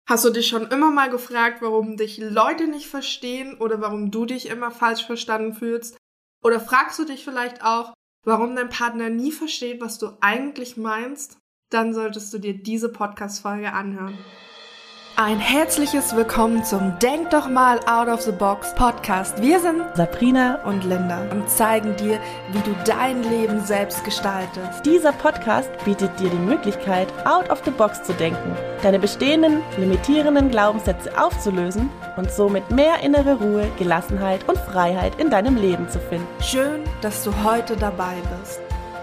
Hast du dich schon immer mal gefragt, warum dich Leute nicht verstehen oder warum du dich immer falsch verstanden fühlst? Oder fragst du dich vielleicht auch, warum dein Partner nie versteht, was du eigentlich meinst? Dann solltest du dir diese Podcast-Folge anhören. Ein herzliches Willkommen zum Denk doch mal out of the box Podcast. Wir sind Sabrina und Linda und zeigen dir, wie du dein Leben selbst gestaltest. Dieser Podcast bietet dir die Möglichkeit, out of the box zu denken, deine bestehenden, limitierenden Glaubenssätze aufzulösen und somit mehr innere Ruhe, Gelassenheit und Freiheit in deinem Leben zu finden. Schön, dass du heute dabei bist.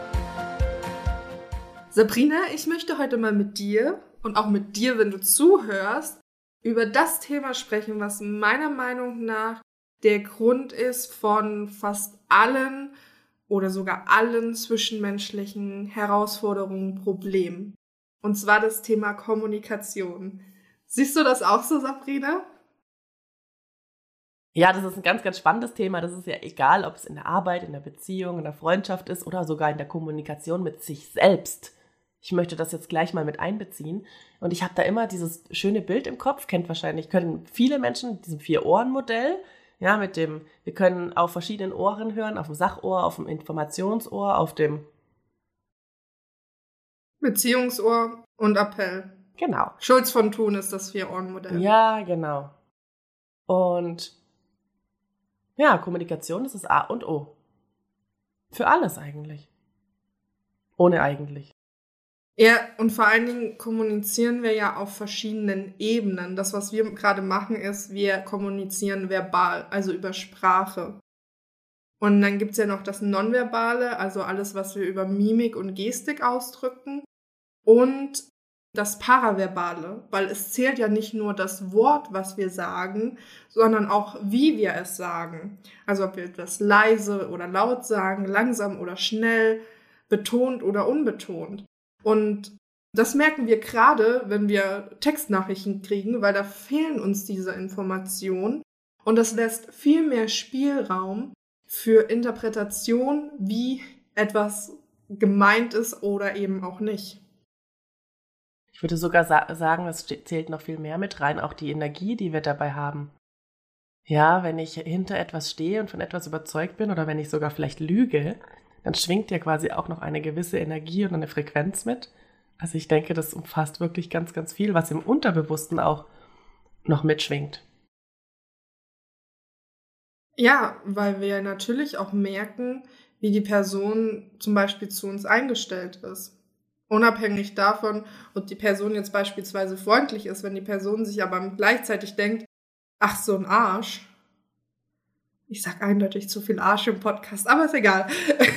Sabrina, ich möchte heute mal mit dir und auch mit dir, wenn du zuhörst, über das Thema sprechen, was meiner Meinung nach der Grund ist von fast allen oder sogar allen zwischenmenschlichen Herausforderungen, Problemen. Und zwar das Thema Kommunikation. Siehst du das auch so, Sabrina? Ja, das ist ein ganz, ganz spannendes Thema. Das ist ja egal, ob es in der Arbeit, in der Beziehung, in der Freundschaft ist oder sogar in der Kommunikation mit sich selbst. Ich möchte das jetzt gleich mal mit einbeziehen. Und ich habe da immer dieses schöne Bild im Kopf, können viele Menschen, diesem 4-Ohren-Modell, ja, wir können auf verschiedenen Ohren hören, auf dem Sachohr, auf dem Informationsohr, auf dem Beziehungsohr und Appell. Genau. Schulz von Thun ist das 4-Ohren-Modell. Ja, genau. Und ja, Kommunikation ist das A und O. Für alles eigentlich. Ohne eigentlich. Ja, und vor allen Dingen kommunizieren wir ja auf verschiedenen Ebenen. Das, was wir gerade machen, ist, wir kommunizieren verbal, also über Sprache. Und dann gibt's ja noch das Nonverbale, also alles, was wir über Mimik und Gestik ausdrücken. Und das Paraverbale, weil es zählt ja nicht nur das Wort, was wir sagen, sondern auch, wie wir es sagen. Also ob wir etwas leise oder laut sagen, langsam oder schnell, betont oder unbetont. Und das merken wir gerade, wenn wir Textnachrichten kriegen, weil da fehlen uns diese Informationen. Und das lässt viel mehr Spielraum für Interpretation, wie etwas gemeint ist oder eben auch nicht. Ich würde sogar sagen, es zählt noch viel mehr mit rein, auch die Energie, die wir dabei haben. Ja, wenn ich hinter etwas stehe und von etwas überzeugt bin oder wenn ich sogar vielleicht lüge, dann schwingt ja quasi auch noch eine gewisse Energie und eine Frequenz mit. Also ich denke, das umfasst wirklich ganz, ganz viel, was im Unterbewussten auch noch mitschwingt. Ja, weil wir natürlich auch merken, wie die Person zum Beispiel zu uns eingestellt ist. Unabhängig davon, ob die Person jetzt beispielsweise freundlich ist, wenn die Person sich aber gleichzeitig denkt, ach, so ein Arsch. Ich sag eindeutig zu viel Arsch im Podcast, aber ist egal.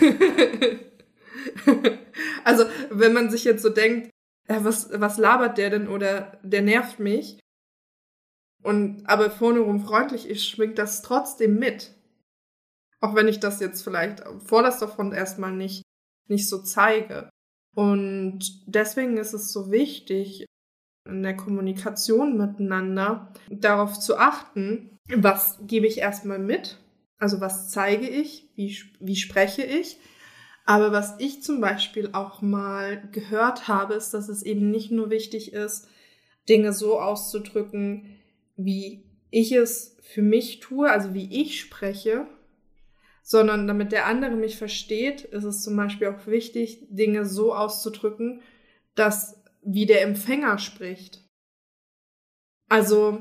Also, wenn man sich jetzt so denkt, was labert der denn oder der nervt mich, aber vorne rum freundlich ist, schwingt das trotzdem mit. Auch wenn ich das jetzt vielleicht vorderst davon erstmal nicht so zeige. Und deswegen ist es so wichtig, in der Kommunikation miteinander darauf zu achten, was gebe ich erstmal mit, also was zeige ich, wie spreche ich. Aber was ich zum Beispiel auch mal gehört habe, ist, dass es eben nicht nur wichtig ist, Dinge so auszudrücken, wie ich es für mich tue, also wie ich spreche, sondern damit der andere mich versteht, ist es zum Beispiel auch wichtig, Dinge so auszudrücken, dass wie der Empfänger spricht. Also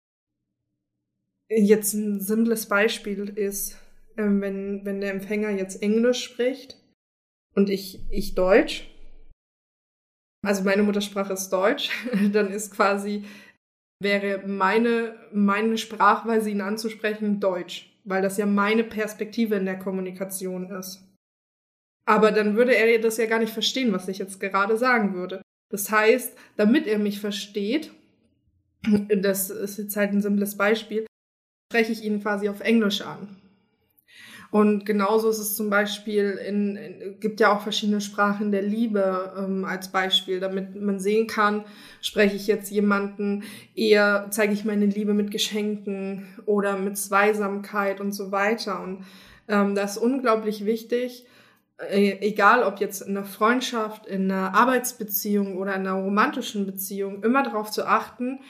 jetzt ein simples Beispiel ist, wenn der Empfänger jetzt Englisch spricht und ich Deutsch, also meine Muttersprache ist Deutsch, dann ist wäre meine Sprachweise, ihn anzusprechen, Deutsch, weil das ja meine Perspektive in der Kommunikation ist. Aber dann würde er das ja gar nicht verstehen, was ich jetzt gerade sagen würde. Das heißt, damit er mich versteht, das ist jetzt halt ein simples Beispiel, spreche ich ihn quasi auf Englisch an. Und genauso ist es zum Beispiel gibt ja auch verschiedene Sprachen der Liebe als Beispiel, damit man sehen kann, spreche ich jetzt jemanden eher, zeige ich meine Liebe mit Geschenken oder mit Zweisamkeit und so weiter. Und das ist unglaublich wichtig, egal ob jetzt in einer Freundschaft, in einer Arbeitsbeziehung oder in einer romantischen Beziehung, immer darauf zu achten,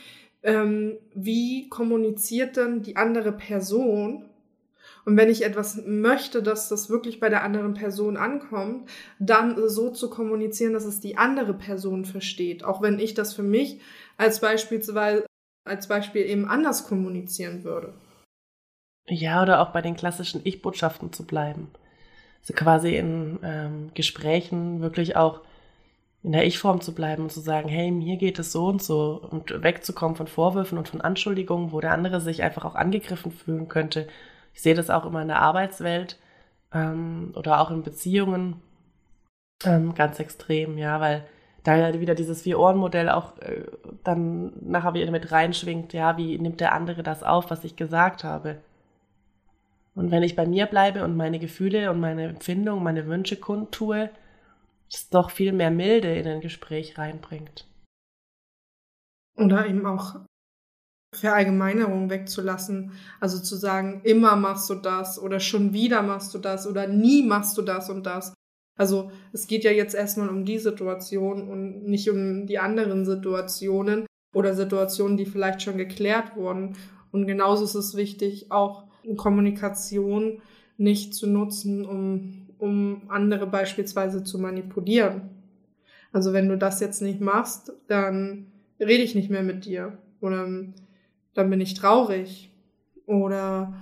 wie kommuniziert denn die andere Person? Und wenn ich etwas möchte, dass das wirklich bei der anderen Person ankommt, dann so zu kommunizieren, dass es die andere Person versteht. Auch wenn ich das für mich als Beispiel eben anders kommunizieren würde. Ja, oder auch bei den klassischen Ich-Botschaften zu bleiben. Also quasi in Gesprächen wirklich auch in der Ich-Form zu bleiben und zu sagen, hey, mir geht es so und wegzukommen von Vorwürfen und von Anschuldigungen, wo der andere sich einfach auch angegriffen fühlen könnte. Ich sehe das auch immer in der Arbeitswelt oder auch in Beziehungen ganz extrem, ja, weil da ja wieder dieses Vier-Ohren-Modell auch dann nachher wieder mit reinschwingt, ja, wie nimmt der andere das auf, was ich gesagt habe? Und wenn ich bei mir bleibe und meine Gefühle und meine Empfindungen, meine Wünsche kundtue, es doch viel mehr Milde in ein Gespräch reinbringt. Oder eben auch Verallgemeinerung wegzulassen. Also zu sagen, immer machst du das oder schon wieder machst du das oder nie machst du das und das. Also es geht ja jetzt erstmal um die Situation und nicht um die anderen Situationen oder Situationen, die vielleicht schon geklärt wurden. Und genauso ist es wichtig, auch Kommunikation nicht zu nutzen, um andere beispielsweise zu manipulieren. Also wenn du das jetzt nicht machst, dann rede ich nicht mehr mit dir oder dann bin ich traurig oder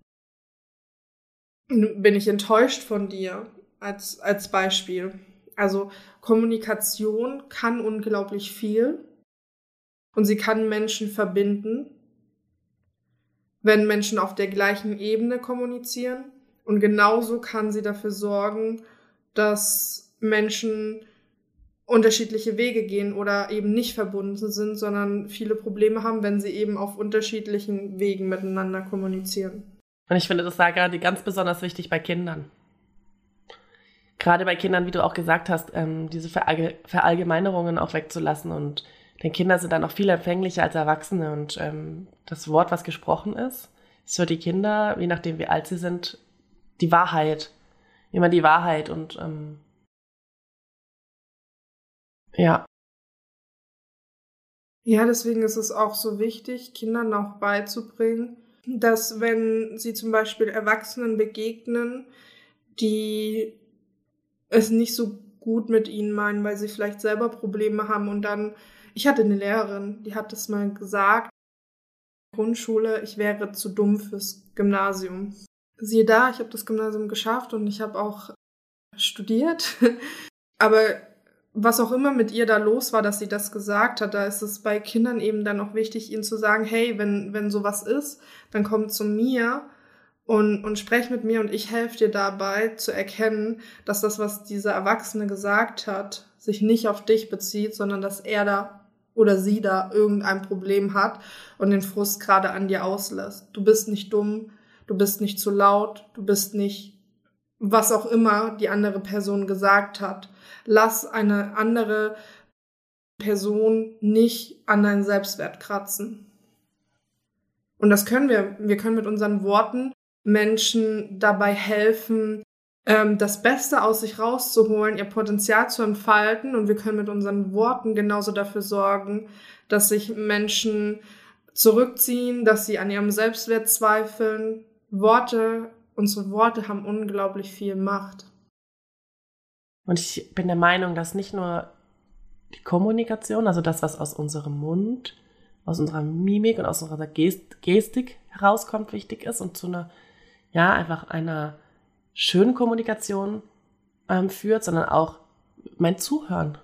bin ich enttäuscht von dir als Beispiel. Also Kommunikation kann unglaublich viel und sie kann Menschen verbinden, wenn Menschen auf der gleichen Ebene kommunizieren. Und genauso kann sie dafür sorgen, dass Menschen unterschiedliche Wege gehen oder eben nicht verbunden sind, sondern viele Probleme haben, wenn sie eben auf unterschiedlichen Wegen miteinander kommunizieren. Und ich finde das da gerade ganz besonders wichtig bei Kindern. Gerade bei Kindern, wie du auch gesagt hast, diese Verallgemeinerungen auch wegzulassen. Und denn Kinder sind dann auch viel empfänglicher als Erwachsene. Und das Wort, was gesprochen ist für die Kinder, je nachdem wie alt sie sind, die Wahrheit. Immer die Wahrheit. Und ja. Ja, deswegen ist es auch so wichtig, Kindern auch beizubringen, dass wenn sie zum Beispiel Erwachsenen begegnen, die es nicht so gut mit ihnen meinen, weil sie vielleicht selber Probleme haben und dann, ich hatte eine Lehrerin, die hat das mal gesagt, in der Grundschule, ich wäre zu dumm fürs Gymnasium. Siehe da, ich habe das Gymnasium geschafft und ich habe auch studiert, aber was auch immer mit ihr da los war, dass sie das gesagt hat, da ist es bei Kindern eben dann auch wichtig, ihnen zu sagen, hey, wenn sowas ist, dann komm zu mir und sprech mit mir und ich helfe dir dabei zu erkennen, dass das, was dieser Erwachsene gesagt hat, sich nicht auf dich bezieht, sondern dass er da oder sie da irgendein Problem hat und den Frust gerade an dir auslässt. Du bist nicht dumm, du bist nicht zu laut, du bist nicht, was auch immer die andere Person gesagt hat. Lass eine andere Person nicht an deinen Selbstwert kratzen. Und das können wir. Wir können mit unseren Worten Menschen dabei helfen, das Beste aus sich rauszuholen, ihr Potenzial zu entfalten. Und wir können mit unseren Worten genauso dafür sorgen, dass sich Menschen zurückziehen, dass sie an ihrem Selbstwert zweifeln. Unsere Worte haben unglaublich viel Macht. Und ich bin der Meinung, dass nicht nur die Kommunikation, also das, was aus unserem Mund, aus unserer Mimik und aus unserer Gestik herauskommt, wichtig ist und zu einfach einer schönen Kommunikation führt, sondern auch mein Zuhören.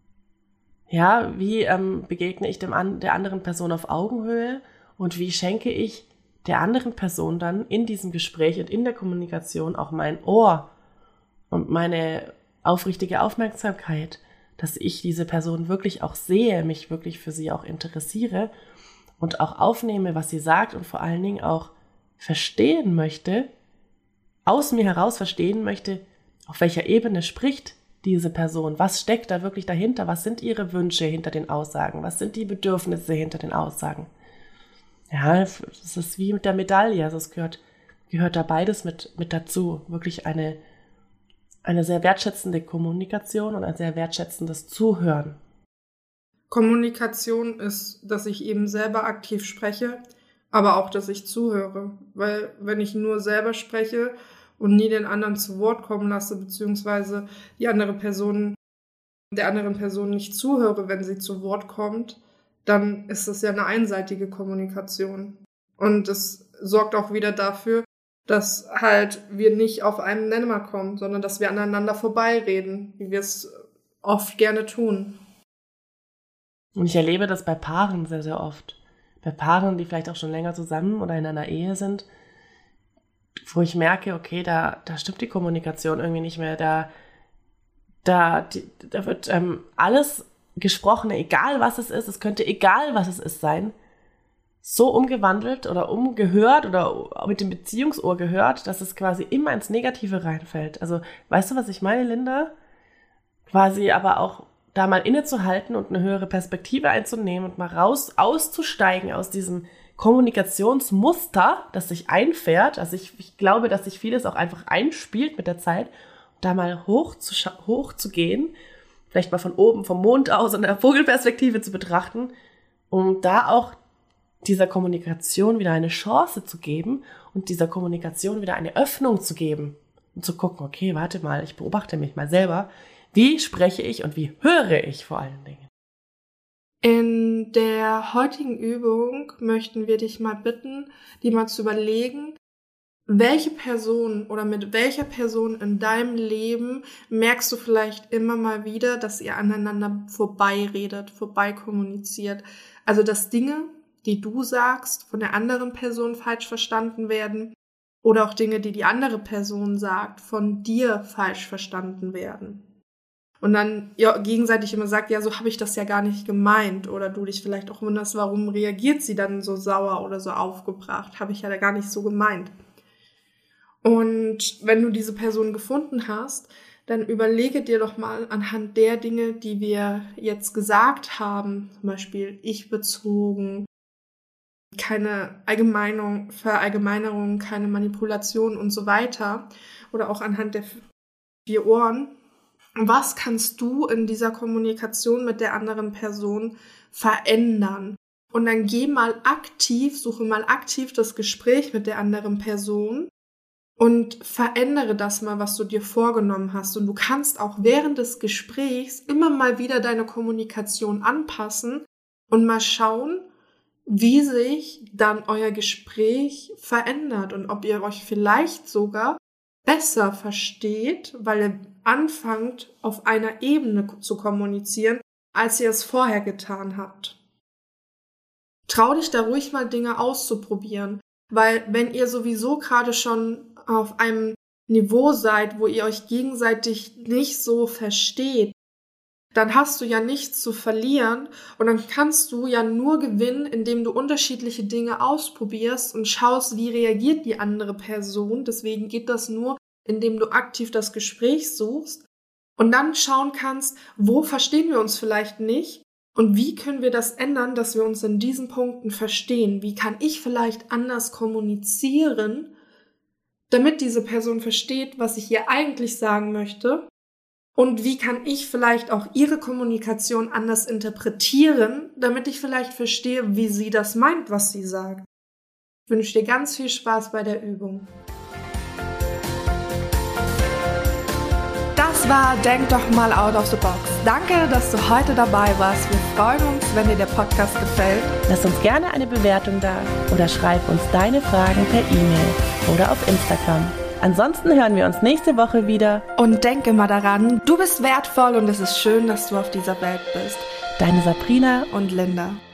Ja, wie begegne ich der anderen Person auf Augenhöhe und wie schenke ich der anderen Person dann in diesem Gespräch und in der Kommunikation auch mein Ohr und meine aufrichtige Aufmerksamkeit, dass ich diese Person wirklich auch sehe, mich wirklich für sie auch interessiere und auch aufnehme, was sie sagt und vor allen Dingen auch verstehen möchte, aus mir heraus verstehen möchte, auf welcher Ebene spricht diese Person, was steckt da wirklich dahinter, was sind ihre Wünsche hinter den Aussagen, was sind die Bedürfnisse hinter den Aussagen. Ja, das ist wie mit der Medaille, also es gehört da beides mit dazu, wirklich eine sehr wertschätzende Kommunikation und ein sehr wertschätzendes Zuhören. Kommunikation ist, dass ich eben selber aktiv spreche, aber auch, dass ich zuhöre. Weil wenn ich nur selber spreche und nie den anderen zu Wort kommen lasse, beziehungsweise der anderen Person nicht zuhöre, wenn sie zu Wort kommt, dann ist das ja eine einseitige Kommunikation. Und es sorgt auch wieder dafür, dass halt wir nicht auf einen Nenner kommen, sondern dass wir aneinander vorbeireden, wie wir es oft gerne tun. Und ich erlebe das bei Paaren sehr, sehr oft. Bei Paaren, die vielleicht auch schon länger zusammen oder in einer Ehe sind, wo ich merke, okay, da stimmt die Kommunikation irgendwie nicht mehr. Da wird alles Gesprochene, egal was es ist, es könnte egal was es ist sein, so umgewandelt oder umgehört oder mit dem Beziehungsohr gehört, dass es quasi immer ins Negative reinfällt. Also, weißt du, was ich meine, Linda? Quasi aber auch da mal innezuhalten und eine höhere Perspektive einzunehmen und mal auszusteigen aus diesem Kommunikationsmuster, das sich einfährt. Also ich glaube, dass sich vieles auch einfach einspielt mit der Zeit, da mal hoch zu gehen, vielleicht mal von oben, vom Mond aus in der Vogelperspektive zu betrachten, um da auch dieser Kommunikation wieder eine Chance zu geben und dieser Kommunikation wieder eine Öffnung zu geben und zu gucken, okay, warte mal, ich beobachte mich mal selber. Wie spreche ich und wie höre ich vor allen Dingen? In der heutigen Übung möchten wir dich mal bitten, dir mal zu überlegen, welche Person oder mit welcher Person in deinem Leben merkst du vielleicht immer mal wieder, dass ihr aneinander vorbeiredet, vorbeikommuniziert. Also dass Dinge, die du sagst, von der anderen Person falsch verstanden werden oder auch Dinge, die die andere Person sagt, von dir falsch verstanden werden. Und dann ja, gegenseitig immer sagt, ja, so habe ich das ja gar nicht gemeint. Oder du dich vielleicht auch wunderst, warum reagiert sie dann so sauer oder so aufgebracht? Habe ich ja da gar nicht so gemeint. Und wenn du diese Person gefunden hast, dann überlege dir doch mal anhand der Dinge, die wir jetzt gesagt haben, zum Beispiel ich bezogen, keine Verallgemeinerung, keine Manipulation und so weiter, oder auch anhand der 4 Ohren, was kannst du in dieser Kommunikation mit der anderen Person verändern? Und dann suche mal aktiv das Gespräch mit der anderen Person und verändere das mal, was du dir vorgenommen hast. Und du kannst auch während des Gesprächs immer mal wieder deine Kommunikation anpassen und mal schauen, wie sich dann euer Gespräch verändert und ob ihr euch vielleicht sogar besser versteht, weil ihr anfangt, auf einer Ebene zu kommunizieren, als ihr es vorher getan habt. Trau dich da ruhig mal Dinge auszuprobieren, weil wenn ihr sowieso gerade schon auf einem Niveau seid, wo ihr euch gegenseitig nicht so versteht, dann hast du ja nichts zu verlieren und dann kannst du ja nur gewinnen, indem du unterschiedliche Dinge ausprobierst und schaust, wie reagiert die andere Person. Deswegen geht das nur, indem du aktiv das Gespräch suchst und dann schauen kannst, wo verstehen wir uns vielleicht nicht und wie können wir das ändern, dass wir uns in diesen Punkten verstehen. Wie kann ich vielleicht anders kommunizieren, damit diese Person versteht, was ich ihr eigentlich sagen möchte? Und wie kann ich vielleicht auch ihre Kommunikation anders interpretieren, damit ich vielleicht verstehe, wie sie das meint, was sie sagt. Ich wünsche dir ganz viel Spaß bei der Übung. Das war Denk doch mal out of the box. Danke, dass du heute dabei warst. Wir freuen uns, wenn dir der Podcast gefällt. Lass uns gerne eine Bewertung da oder schreib uns deine Fragen per E-Mail oder auf Instagram. Ansonsten hören wir uns nächste Woche wieder. Und denke mal daran, du bist wertvoll und es ist schön, dass du auf dieser Welt bist. Deine Sabrina und Linda.